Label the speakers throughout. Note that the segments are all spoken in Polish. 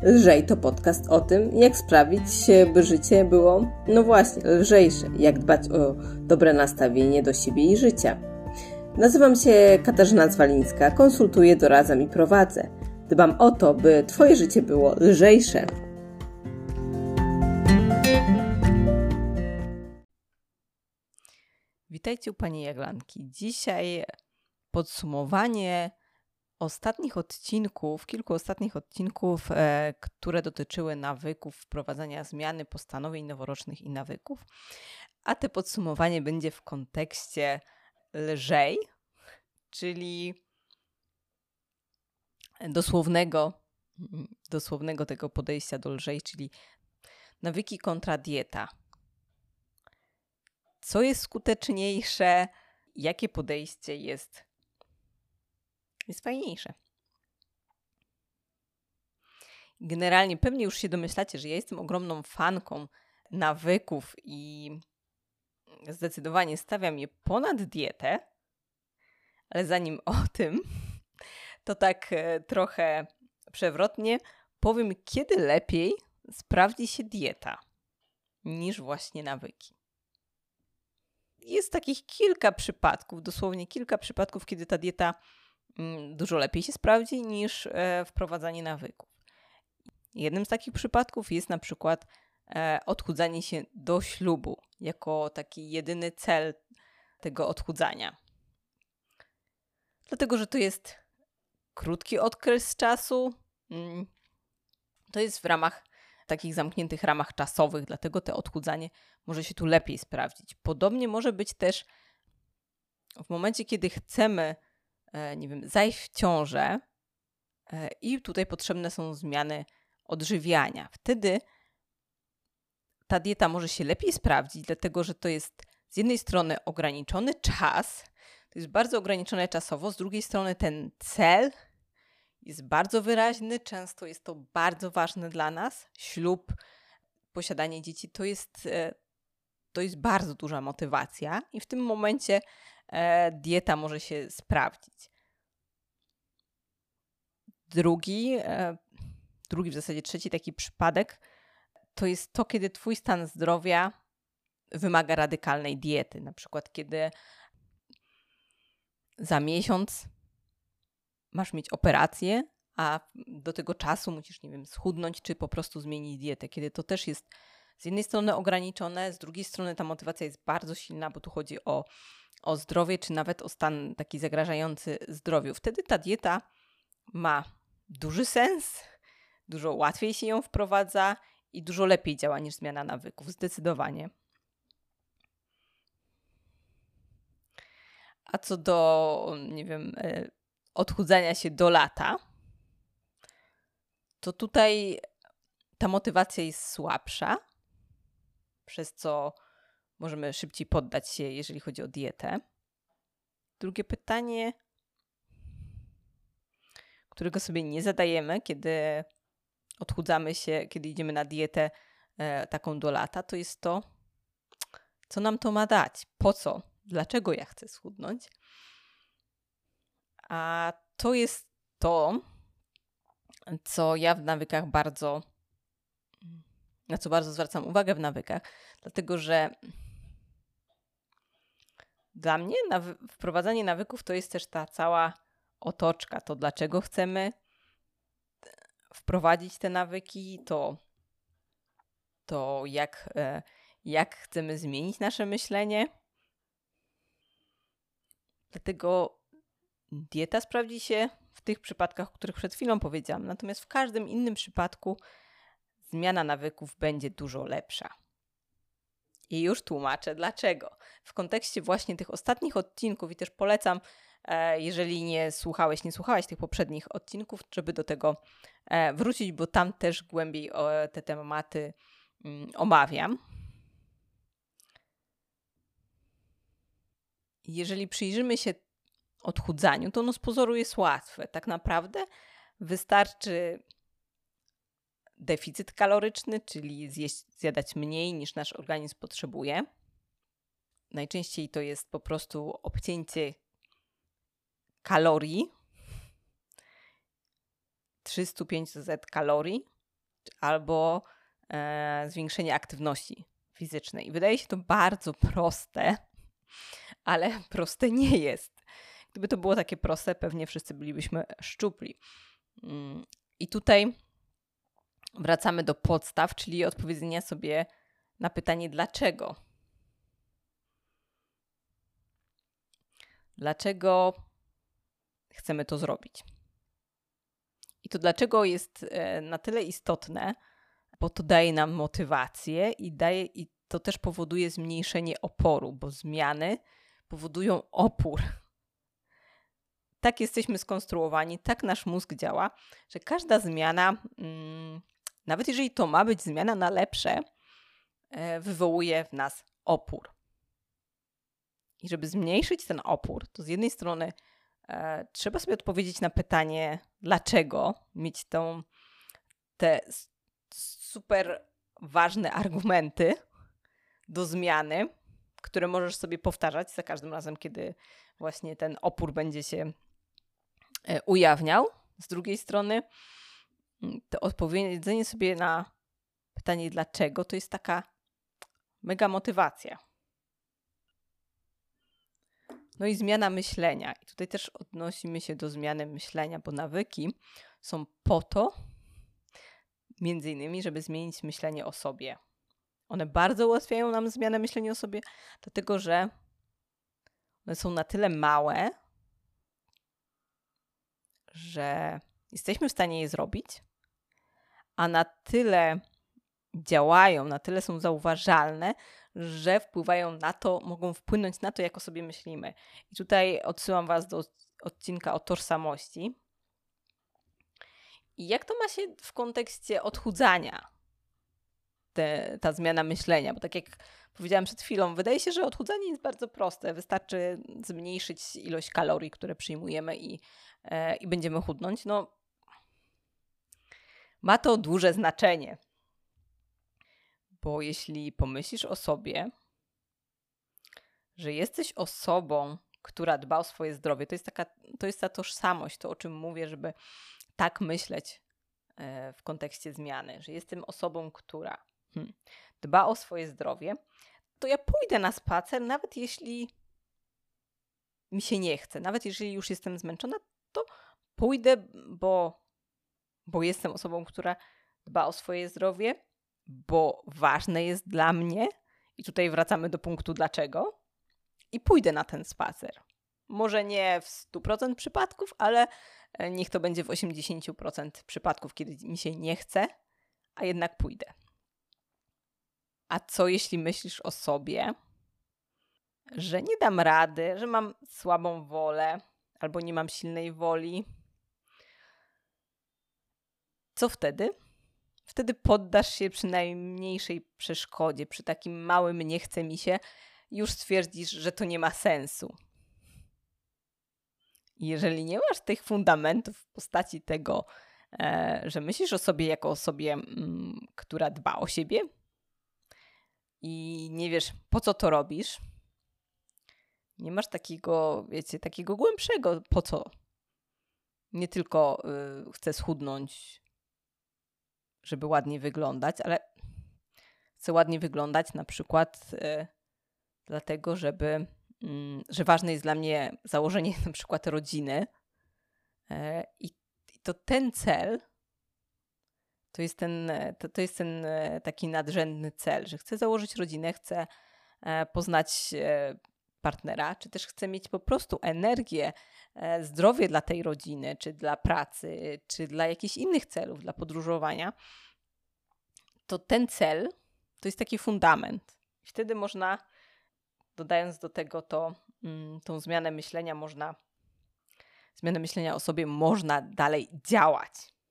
Speaker 1: Lżej to podcast o tym, jak sprawić, by życie było, no właśnie, lżejsze. Jak dbać o dobre nastawienie do siebie i życia. Nazywam się Katarzyna Zwalińska, konsultuję, doradzam i prowadzę. Dbam o to, by Twoje życie było lżejsze.
Speaker 2: Witajcie u Pani Jaglanki. Dzisiaj podsumowanie kilku ostatnich odcinków, które dotyczyły nawyków, wprowadzania zmiany, postanowień noworocznych i nawyków. A te podsumowanie będzie w kontekście lżej, czyli dosłownego tego podejścia do lżej, czyli nawyki kontra dieta. Co jest skuteczniejsze? Jakie podejście jest fajniejsze? Generalnie pewnie już się domyślacie, że ja jestem ogromną fanką nawyków i zdecydowanie stawiam je ponad dietę, ale zanim o tym, to tak trochę przewrotnie powiem, kiedy lepiej sprawdzi się dieta niż właśnie nawyki. Jest takich kilka przypadków, dosłownie kilka przypadków, kiedy ta dieta dużo lepiej się sprawdzi niż wprowadzanie nawyków. Jednym z takich przypadków jest na przykład odchudzanie się do ślubu, jako taki jedyny cel tego odchudzania. Dlatego, że to jest krótki okres czasu, to jest w takich zamkniętych ramach czasowych, dlatego to odchudzanie może się tu lepiej sprawdzić. Podobnie może być też w momencie, kiedy chcemy, zajść w ciążę i tutaj potrzebne są zmiany odżywiania. Wtedy ta dieta może się lepiej sprawdzić, dlatego że to jest z jednej strony ograniczony czas, to jest bardzo ograniczone czasowo, z drugiej strony ten cel jest bardzo wyraźny, często jest to bardzo ważne dla nas. Ślub, posiadanie dzieci to jest bardzo duża motywacja i w tym momencie dieta może się sprawdzić. Drugi, w zasadzie trzeci taki przypadek to jest to, kiedy Twój stan zdrowia wymaga radykalnej diety. Na przykład kiedy za miesiąc masz mieć operację, a do tego czasu musisz, schudnąć czy po prostu zmienić dietę. Kiedy to też jest z jednej strony ograniczone, z drugiej strony ta motywacja jest bardzo silna, bo tu chodzi o zdrowie, czy nawet o stan taki zagrażający zdrowiu. Wtedy ta dieta ma duży sens, dużo łatwiej się ją wprowadza i dużo lepiej działa niż zmiana nawyków. Zdecydowanie. A co do, odchudzania się do lata, to tutaj ta motywacja jest słabsza, przez co możemy szybciej poddać się, jeżeli chodzi o dietę. Drugie pytanie, którego sobie nie zadajemy, kiedy odchudzamy się, kiedy idziemy na dietę taką do lata, to jest to, co nam to ma dać, po co, dlaczego ja chcę schudnąć. A to jest to, co ja w nawykach na co bardzo zwracam uwagę w nawykach, dlatego że dla mnie wprowadzanie nawyków to jest też ta cała otoczka, to dlaczego chcemy wprowadzić te nawyki, to jak chcemy zmienić nasze myślenie. Dlatego dieta sprawdzi się w tych przypadkach, o których przed chwilą powiedziałam. Natomiast w każdym innym przypadku zmiana nawyków będzie dużo lepsza. I już tłumaczę dlaczego. W kontekście właśnie tych ostatnich odcinków i też polecam, jeżeli nie słuchałaś tych poprzednich odcinków, żeby do tego wrócić, bo tam też głębiej te tematy omawiam. Jeżeli przyjrzymy się odchudzaniu, to ono z pozoru jest łatwe. Tak naprawdę wystarczy deficyt kaloryczny, czyli zjadać mniej niż nasz organizm potrzebuje. Najczęściej to jest po prostu obcięcie kalorii, 300-500 kalorii albo zwiększenie aktywności fizycznej. I wydaje się to bardzo proste, ale proste nie jest. Gdyby to było takie proste, pewnie wszyscy bylibyśmy szczupli. I tutaj wracamy do podstaw, czyli odpowiedzenia sobie na pytanie dlaczego. Dlaczego chcemy to zrobić? I to dlaczego jest na tyle istotne, bo to daje nam motywację i to też powoduje zmniejszenie oporu, bo zmiany powodują opór. Tak jesteśmy skonstruowani, tak nasz mózg działa, że każda zmiana, nawet jeżeli to ma być zmiana na lepsze, wywołuje w nas opór. I żeby zmniejszyć ten opór, to z jednej strony trzeba sobie odpowiedzieć na pytanie, dlaczego mieć te super ważne argumenty do zmiany, które możesz sobie powtarzać za każdym razem, kiedy właśnie ten opór będzie się ujawniał. Z drugiej strony to odpowiedzenie sobie na pytanie dlaczego to jest taka mega motywacja. No i zmiana myślenia. I tutaj też odnosimy się do zmiany myślenia, bo nawyki są po to, między innymi, żeby zmienić myślenie o sobie. One bardzo ułatwiają nam zmianę myślenia o sobie, dlatego że one są na tyle małe, że jesteśmy w stanie je zrobić, a na tyle działają, na tyle są zauważalne, że wpływają na to, mogą wpłynąć na to, jak o sobie myślimy. I tutaj odsyłam Was do odcinka o tożsamości. I jak to ma się w kontekście odchudzania, ta zmiana myślenia? Bo tak jak powiedziałam przed chwilą, wydaje się, że odchudzanie jest bardzo proste. Wystarczy zmniejszyć ilość kalorii, które przyjmujemy i będziemy chudnąć. No, ma to duże znaczenie. Bo jeśli pomyślisz o sobie, że jesteś osobą, która dba o swoje zdrowie, to jest ta tożsamość, to o czym mówię, żeby tak myśleć w kontekście zmiany, że jestem osobą, która dba o swoje zdrowie, to ja pójdę na spacer, nawet jeśli mi się nie chce, nawet jeżeli już jestem zmęczona, to pójdę, bo jestem osobą, która dba o swoje zdrowie, bo ważne jest dla mnie i tutaj wracamy do punktu dlaczego i pójdę na ten spacer. Może nie w 100% przypadków, ale niech to będzie w 80% przypadków, kiedy mi się nie chce, a jednak pójdę. A co jeśli myślisz o sobie, że nie dam rady, że mam słabą wolę albo nie mam silnej woli? Co wtedy? Wtedy poddasz się przy najmniejszej przeszkodzie, przy takim małym nie chce mi się, już stwierdzisz, że to nie ma sensu. I jeżeli nie masz tych fundamentów w postaci tego, że myślisz o sobie jako osobie, która dba o siebie i nie wiesz, po co to robisz, nie masz takiego, takiego głębszego po co. Nie tylko chcę schudnąć, żeby ładnie wyglądać, ale chcę ładnie wyglądać na przykład dlatego, że ważne jest dla mnie założenie na przykład rodziny i to ten cel, to jest ten taki nadrzędny cel, że chcę założyć rodzinę, chcę poznać partnera, czy też chcę mieć po prostu energię, zdrowie dla tej rodziny, czy dla pracy, czy dla jakichś innych celów, dla podróżowania, to ten cel to jest taki fundament. I wtedy można, dodając do tego tą zmianę myślenia o sobie można dalej działać.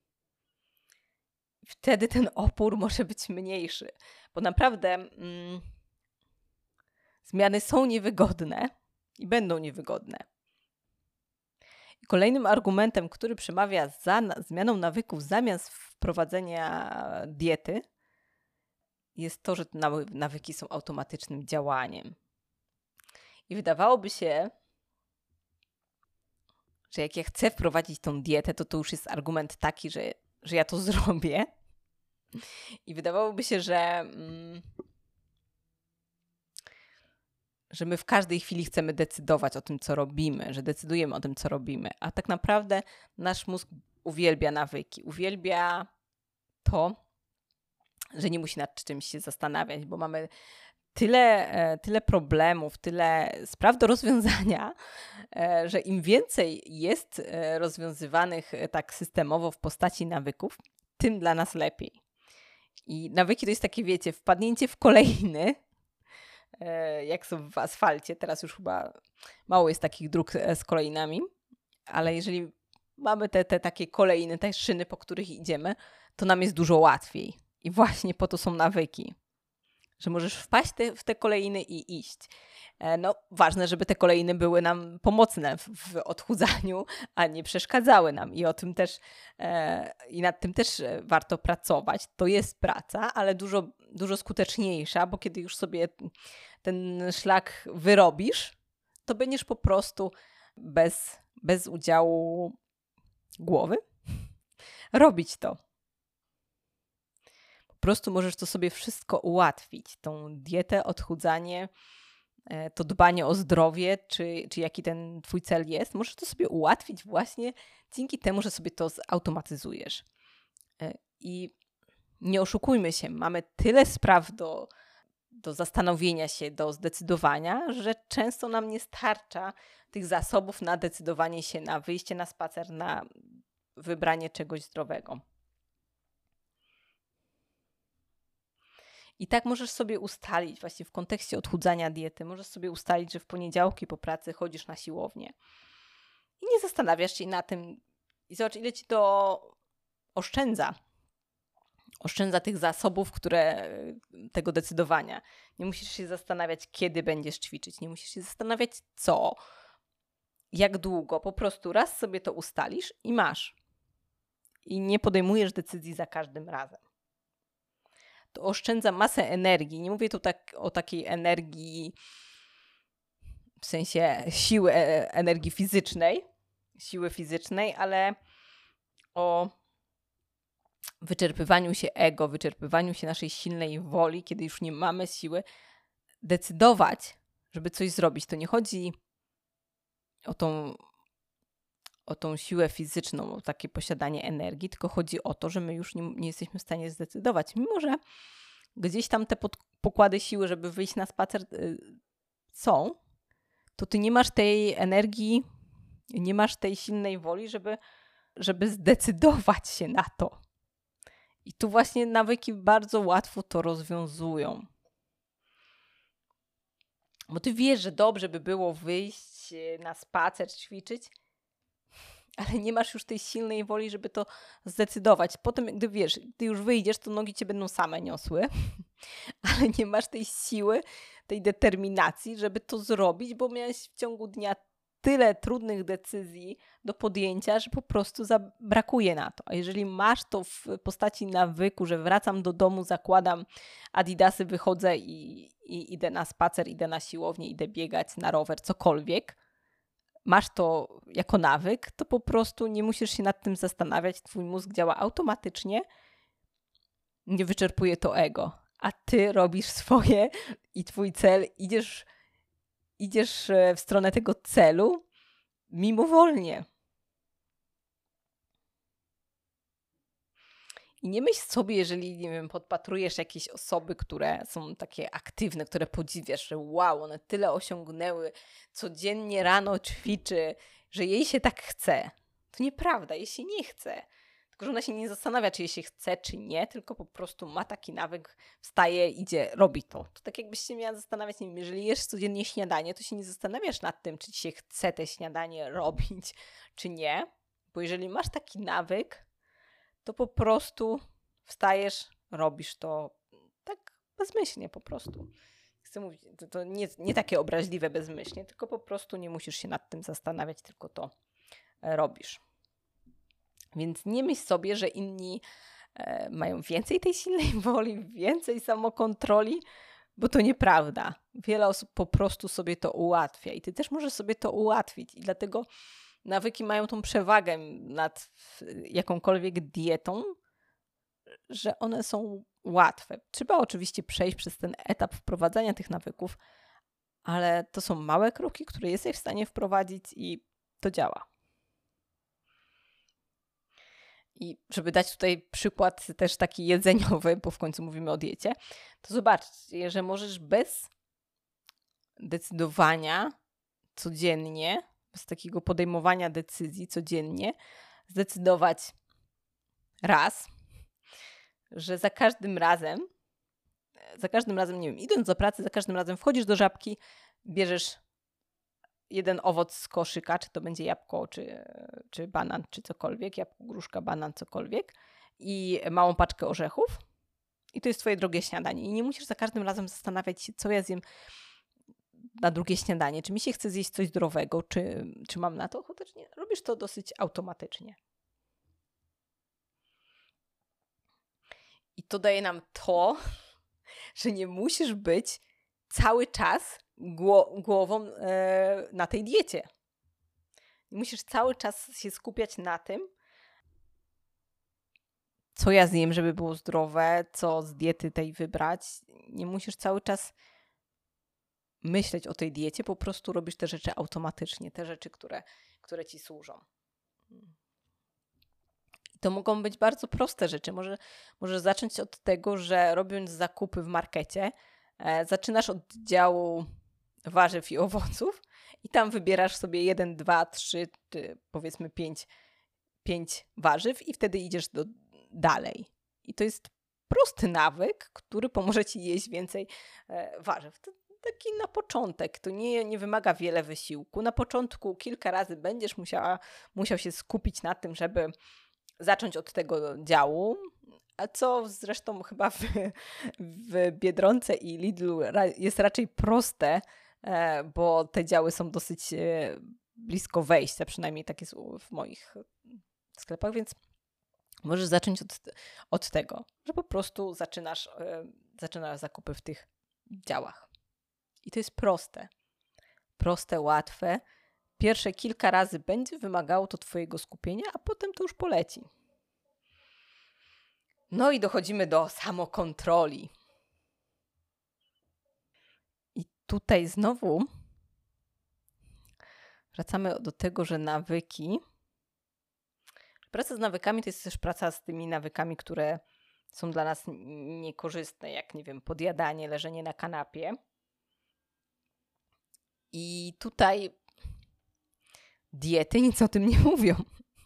Speaker 2: Wtedy ten opór może być mniejszy, bo naprawdę zmiany są niewygodne i będą niewygodne. I kolejnym argumentem, który przemawia za zmianą nawyków zamiast wprowadzenia diety, jest to, że nawyki są automatycznym działaniem. I wydawałoby się, że jak ja chcę wprowadzić tą dietę, to już jest argument taki, że ja to zrobię. I wydawałoby się, że my w każdej chwili chcemy decydować o tym, co robimy, że decydujemy o tym, co robimy. A tak naprawdę nasz mózg uwielbia nawyki, uwielbia to, że nie musi nad czymś się zastanawiać, bo mamy tyle problemów, tyle spraw do rozwiązania, że im więcej jest rozwiązywanych tak systemowo w postaci nawyków, tym dla nas lepiej. I nawyki to jest takie, wiecie, wpadnięcie w kolejny, jak są w asfalcie. Teraz już chyba mało jest takich dróg z kolejnami, ale jeżeli mamy te takie kolejne, te szyny, po których idziemy, to nam jest dużo łatwiej. I właśnie po to są nawyki. Że możesz wpaść w te kolejny i iść. No, ważne, żeby te kolejny były nam pomocne w odchudzaniu, a nie przeszkadzały nam. I o tym też, i nad tym też warto pracować. To jest praca, ale dużo, dużo skuteczniejsza, bo kiedy już sobie ten szlak wyrobisz, to będziesz po prostu bez udziału głowy robić to. Po prostu możesz to sobie wszystko ułatwić. Tą dietę, odchudzanie, to dbanie o zdrowie, czy jaki ten twój cel jest. Możesz to sobie ułatwić właśnie dzięki temu, że sobie to zautomatyzujesz. I nie oszukujmy się, mamy tyle spraw do zastanowienia się, do zdecydowania, że często nam nie starcza tych zasobów na decydowanie się, na wyjście na spacer, na wybranie czegoś zdrowego. I tak możesz sobie ustalić, właśnie w kontekście odchudzania diety, możesz sobie ustalić, że w poniedziałki po pracy chodzisz na siłownię. I nie zastanawiasz się na tym. I zobacz, ile ci to oszczędza. Oszczędza tych zasobów, tego decydowania. Nie musisz się zastanawiać, kiedy będziesz ćwiczyć. Nie musisz się zastanawiać, co, jak długo. Po prostu raz sobie to ustalisz i masz. I nie podejmujesz decyzji za każdym razem. To oszczędza masę energii. Nie mówię tu o takiej energii w sensie siły, energii fizycznej, siły fizycznej, ale o wyczerpywaniu się ego, wyczerpywaniu się naszej silnej woli, kiedy już nie mamy siły decydować, żeby coś zrobić. To nie chodzi o tą siłę fizyczną, o takie posiadanie energii, tylko chodzi o to, że my już nie jesteśmy w stanie zdecydować. Mimo że gdzieś tam te pokłady siły, żeby wyjść na spacer są, to ty nie masz tej energii, nie masz tej silnej woli, żeby zdecydować się na to. I tu właśnie nawyki bardzo łatwo to rozwiązują. Bo ty wiesz, że dobrze by było wyjść na spacer, ćwiczyć, ale nie masz już tej silnej woli, żeby to zdecydować. Potem, gdy już wyjdziesz, to nogi cię będą same niosły, ale nie masz tej siły, tej determinacji, żeby to zrobić, bo miałeś w ciągu dnia tyle trudnych decyzji do podjęcia, że po prostu brakuje na to. A jeżeli masz to w postaci nawyku, że wracam do domu, zakładam adidasy, wychodzę i idę na spacer, idę na siłownię, idę biegać na rower, cokolwiek, masz to jako nawyk, to po prostu nie musisz się nad tym zastanawiać. Twój mózg działa automatycznie, nie wyczerpuje to ego. A ty robisz swoje i twój cel, idziesz w stronę tego celu mimowolnie. I nie myśl sobie, jeżeli, nie wiem, podpatrujesz jakieś osoby, które są takie aktywne, które podziwiasz, że wow, one tyle osiągnęły, codziennie rano ćwiczy, że jej się tak chce. To nieprawda, jej się nie chce. Tylko że ona się nie zastanawia, czy jej się chce, czy nie, tylko po prostu ma taki nawyk, wstaje, idzie, robi to. To tak jakbyś się miała zastanawiać, nie wiem, jeżeli jesz codziennie śniadanie, to się nie zastanawiasz nad tym, czy ci się chce te śniadanie robić, czy nie. Bo jeżeli masz taki nawyk, to po prostu wstajesz, robisz to tak bezmyślnie po prostu. Chcę mówić, to nie takie obraźliwe bezmyślnie, tylko po prostu nie musisz się nad tym zastanawiać, tylko to robisz. Więc nie myśl sobie, że inni mają więcej tej silnej woli, więcej samokontroli, bo to nieprawda. Wiele osób po prostu sobie to ułatwia i ty też możesz sobie to ułatwić i dlatego nawyki mają tą przewagę nad jakąkolwiek dietą, że one są łatwe. Trzeba oczywiście przejść przez ten etap wprowadzania tych nawyków, ale to są małe kroki, które jesteś w stanie wprowadzić i to działa. I żeby dać tutaj przykład też taki jedzeniowy, bo w końcu mówimy o diecie, to zobaczcie, że możesz bez decydowania codziennie, bez takiego podejmowania decyzji codziennie, zdecydować raz, że za każdym razem, nie wiem, idąc do pracy, za każdym razem wchodzisz do Żabki, bierzesz jeden owoc z koszyka, czy to będzie jabłko, czy banan, czy cokolwiek, jabłko, gruszka, banan, cokolwiek i małą paczkę orzechów i to jest twoje drugie śniadanie. I nie musisz za każdym razem zastanawiać się, co ja zjem na drugie śniadanie, czy mi się chce zjeść coś zdrowego, czy mam na to ochotę, czy nie. Robisz to dosyć automatycznie. I to daje nam to, że nie musisz być cały czas głową na tej diecie. Nie musisz cały czas się skupiać na tym, co ja zjem, żeby było zdrowe, co z diety tej wybrać. Nie musisz cały czas myśleć o tej diecie, po prostu robisz te rzeczy automatycznie, te rzeczy, które ci służą. I to mogą być bardzo proste rzeczy. Możesz zacząć od tego, że robiąc zakupy w markecie, zaczynasz od działu warzyw i owoców i tam wybierasz sobie 1, 2, 3, powiedzmy 5 warzyw i wtedy idziesz dalej. I to jest prosty nawyk, który pomoże ci jeść więcej warzyw. To taki na początek. To nie wymaga wiele wysiłku. Na początku kilka razy będziesz musiał się skupić na tym, żeby zacząć od tego działu, a co zresztą chyba w Biedronce i Lidlu jest raczej proste, bo te działy są dosyć blisko wejścia, przynajmniej tak jest w moich sklepach, więc możesz zacząć od tego, że po prostu zaczynasz zakupy w tych działach. I to jest proste. Proste, łatwe. Pierwsze kilka razy będzie wymagało to twojego skupienia, a potem to już poleci. No i dochodzimy do samokontroli. I tutaj znowu wracamy do tego, że nawyki. Praca z nawykami to jest też praca z tymi nawykami, które są dla nas niekorzystne, jak nie wiem, podjadanie, leżenie na kanapie. I tutaj diety nic o tym nie mówią.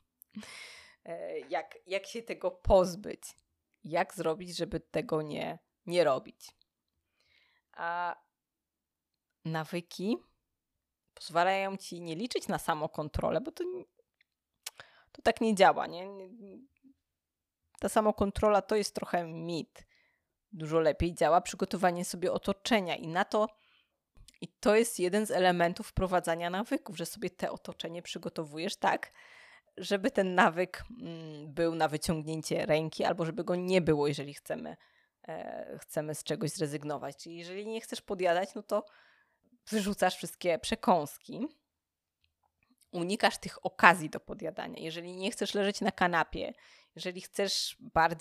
Speaker 2: Jak się tego pozbyć? Jak zrobić, żeby tego nie robić? A nawyki pozwalają ci nie liczyć na samokontrolę, bo to tak nie działa. Nie? Ta samokontrola to jest trochę mit. Dużo lepiej działa przygotowanie sobie otoczenia i to jest jeden z elementów wprowadzania nawyków, że sobie te otoczenie przygotowujesz tak, żeby ten nawyk był na wyciągnięcie ręki albo żeby go nie było, jeżeli chcemy z czegoś zrezygnować. Czyli jeżeli nie chcesz podjadać, no to wyrzucasz wszystkie przekąski. Unikasz tych okazji do podjadania. Jeżeli nie chcesz leżeć na kanapie, jeżeli chcesz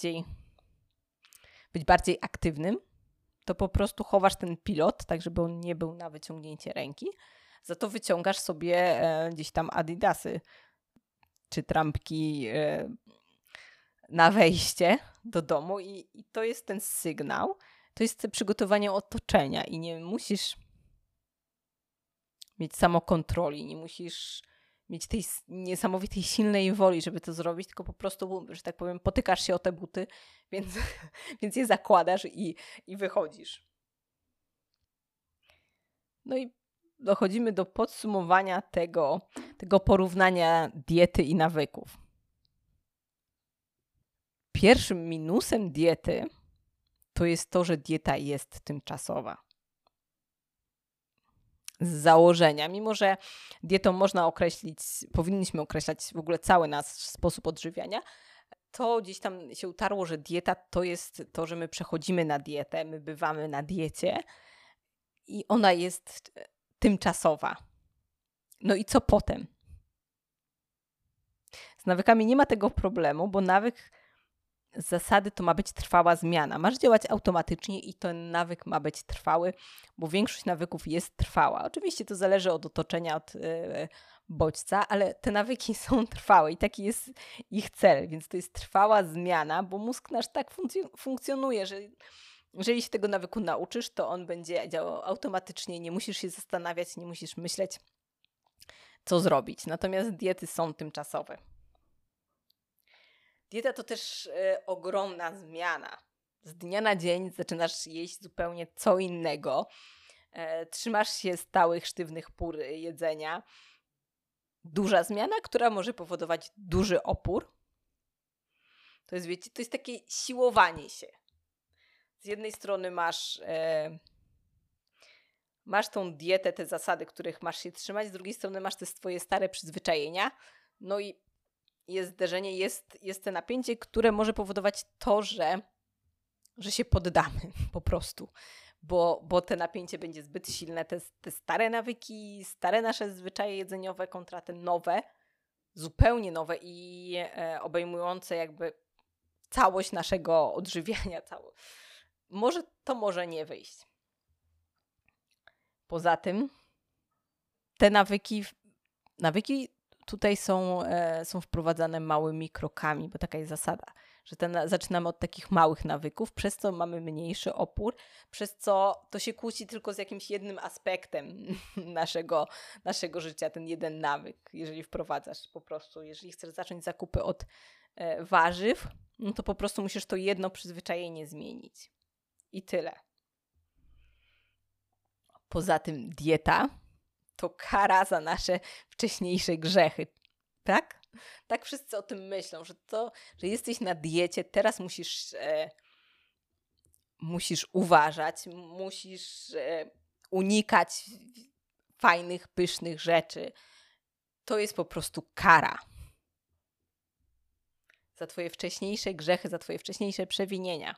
Speaker 2: być bardziej aktywnym, to po prostu chowasz ten pilot, tak żeby on nie był na wyciągnięcie ręki. Za to wyciągasz sobie gdzieś tam adidasy czy trampki na wejście do domu i to jest ten sygnał. To jest przygotowanie otoczenia i nie musisz mieć samokontroli, nie musisz mieć tej niesamowitej silnej woli, żeby to zrobić, tylko po prostu, że tak powiem, potykasz się o te buty, więc je zakładasz i wychodzisz. No i dochodzimy do podsumowania tego porównania diety i nawyków. Pierwszym minusem diety to jest to, że dieta jest tymczasowa. Z założenia, mimo że dietą można powinniśmy określać w ogóle cały nasz sposób odżywiania, to gdzieś tam się utarło, że dieta to jest to, że my przechodzimy na dietę, my bywamy na diecie i ona jest tymczasowa. No i co potem? Z nawykami nie ma tego problemu, bo nawyk z zasady to ma być trwała zmiana. Masz działać automatycznie i ten nawyk ma być trwały, bo większość nawyków jest trwała. Oczywiście to zależy od otoczenia, od bodźca, ale te nawyki są trwałe i taki jest ich cel, więc to jest trwała zmiana, bo mózg nasz tak funkcjonuje, że jeżeli się tego nawyku nauczysz, to on będzie działał automatycznie, nie musisz się zastanawiać, nie musisz myśleć, co zrobić. Natomiast diety są tymczasowe. Dieta to też ogromna zmiana. Z dnia na dzień zaczynasz jeść zupełnie co innego. Trzymasz się stałych, sztywnych pór jedzenia. Duża zmiana, która może powodować duży opór. To jest, wiecie, to jest takie siłowanie się. Z jednej strony masz tą dietę, te zasady, których masz się trzymać, z drugiej strony masz te swoje stare przyzwyczajenia. No i jest zderzenie, jest to napięcie, które może powodować to, że się poddamy po prostu. Bo te napięcie będzie zbyt silne. Te stare nawyki, stare nasze zwyczaje jedzeniowe kontra te nowe, zupełnie nowe i obejmujące jakby całość naszego odżywiania. Może nie wyjść. Poza tym te nawyki tutaj są wprowadzane małymi krokami, bo taka jest zasada, że zaczynamy od takich małych nawyków, przez co mamy mniejszy opór, przez co to się kłóci tylko z jakimś jednym aspektem naszego życia, ten jeden nawyk, jeżeli wprowadzasz po prostu. Jeżeli chcesz zacząć zakupy od warzyw, no to po prostu musisz to jedno przyzwyczajenie zmienić. I tyle. Poza tym dieta to kara za nasze wcześniejsze grzechy. Tak? Tak wszyscy o tym myślą, że jesteś na diecie, teraz musisz uważać, musisz unikać fajnych, pysznych rzeczy. To jest po prostu kara. Za twoje wcześniejsze grzechy, za twoje wcześniejsze przewinienia.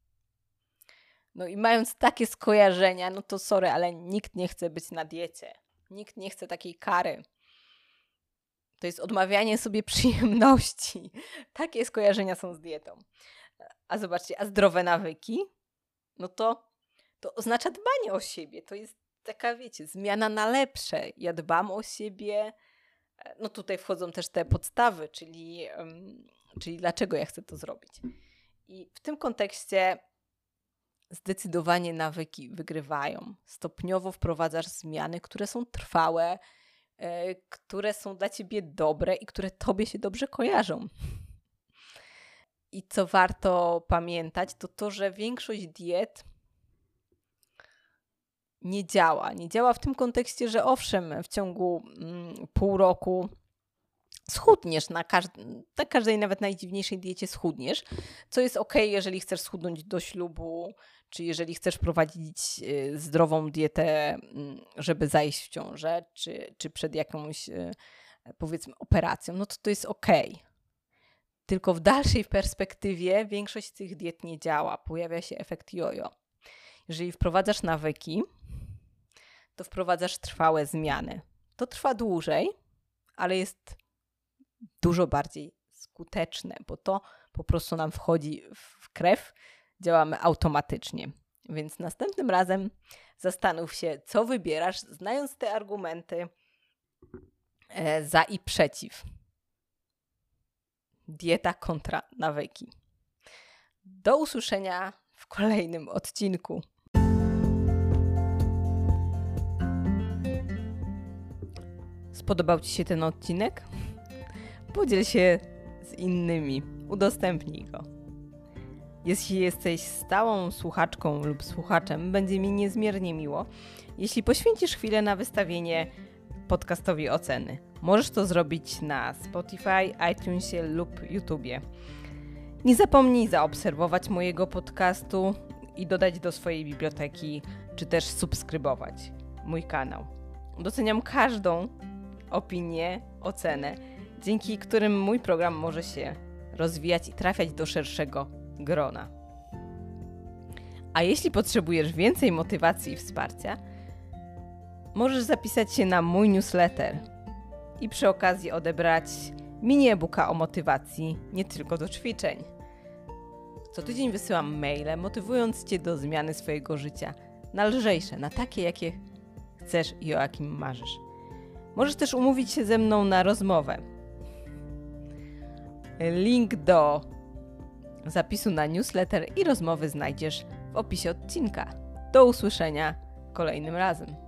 Speaker 2: No i mając takie skojarzenia, no to sorry, ale nikt nie chce być na diecie. Nikt nie chce takiej kary. To jest odmawianie sobie przyjemności. Takie skojarzenia są z dietą. A zobaczcie, a zdrowe nawyki, no to oznacza dbanie o siebie. To jest taka, wiecie, zmiana na lepsze. Ja dbam o siebie. No tutaj wchodzą też te podstawy, czyli dlaczego ja chcę to zrobić. I w tym kontekście zdecydowanie nawyki wygrywają. Stopniowo wprowadzasz zmiany, które są trwałe, które są dla ciebie dobre i które tobie się dobrze kojarzą. I co warto pamiętać, to, że większość diet nie działa. Nie działa w tym kontekście, że owszem, w ciągu pół roku schudniesz, na każdej nawet najdziwniejszej diecie schudniesz, co jest okej, jeżeli chcesz schudnąć do ślubu, czy jeżeli chcesz prowadzić zdrową dietę, żeby zajść w ciążę, czy przed jakąś, powiedzmy, operacją, no to jest okej. Tylko w dalszej perspektywie większość tych diet nie działa. Pojawia się efekt jojo. Jeżeli wprowadzasz nawyki, to wprowadzasz trwałe zmiany. To trwa dłużej, ale jest dużo bardziej skuteczne, bo to po prostu nam wchodzi w krew, działamy automatycznie. Więc następnym razem zastanów się, co wybierasz, znając te argumenty za i przeciw. Dieta kontra nawyki. Do usłyszenia w kolejnym odcinku. Spodobał ci się ten odcinek? Podziel się z innymi. Udostępnij go. Jeśli jesteś stałą słuchaczką lub słuchaczem, będzie mi niezmiernie miło, jeśli poświęcisz chwilę na wystawienie podcastowi oceny. Możesz to zrobić na Spotify, iTunesie lub YouTubie. Nie zapomnij zaobserwować mojego podcastu i dodać do swojej biblioteki, czy też subskrybować mój kanał. Doceniam każdą opinię, ocenę, dzięki którym mój program może się rozwijać i trafiać do szerszego grona. A jeśli potrzebujesz więcej motywacji i wsparcia, możesz zapisać się na mój newsletter i przy okazji odebrać mini e-booka o motywacji nie tylko do ćwiczeń. Co tydzień wysyłam maile, motywując Cię do zmiany swojego życia na lżejsze, na takie, jakie chcesz i o jakim marzysz. Możesz też umówić się ze mną na rozmowę. Link do zapisu na newsletter i rozmowy znajdziesz w opisie odcinka. Do usłyszenia kolejnym razem.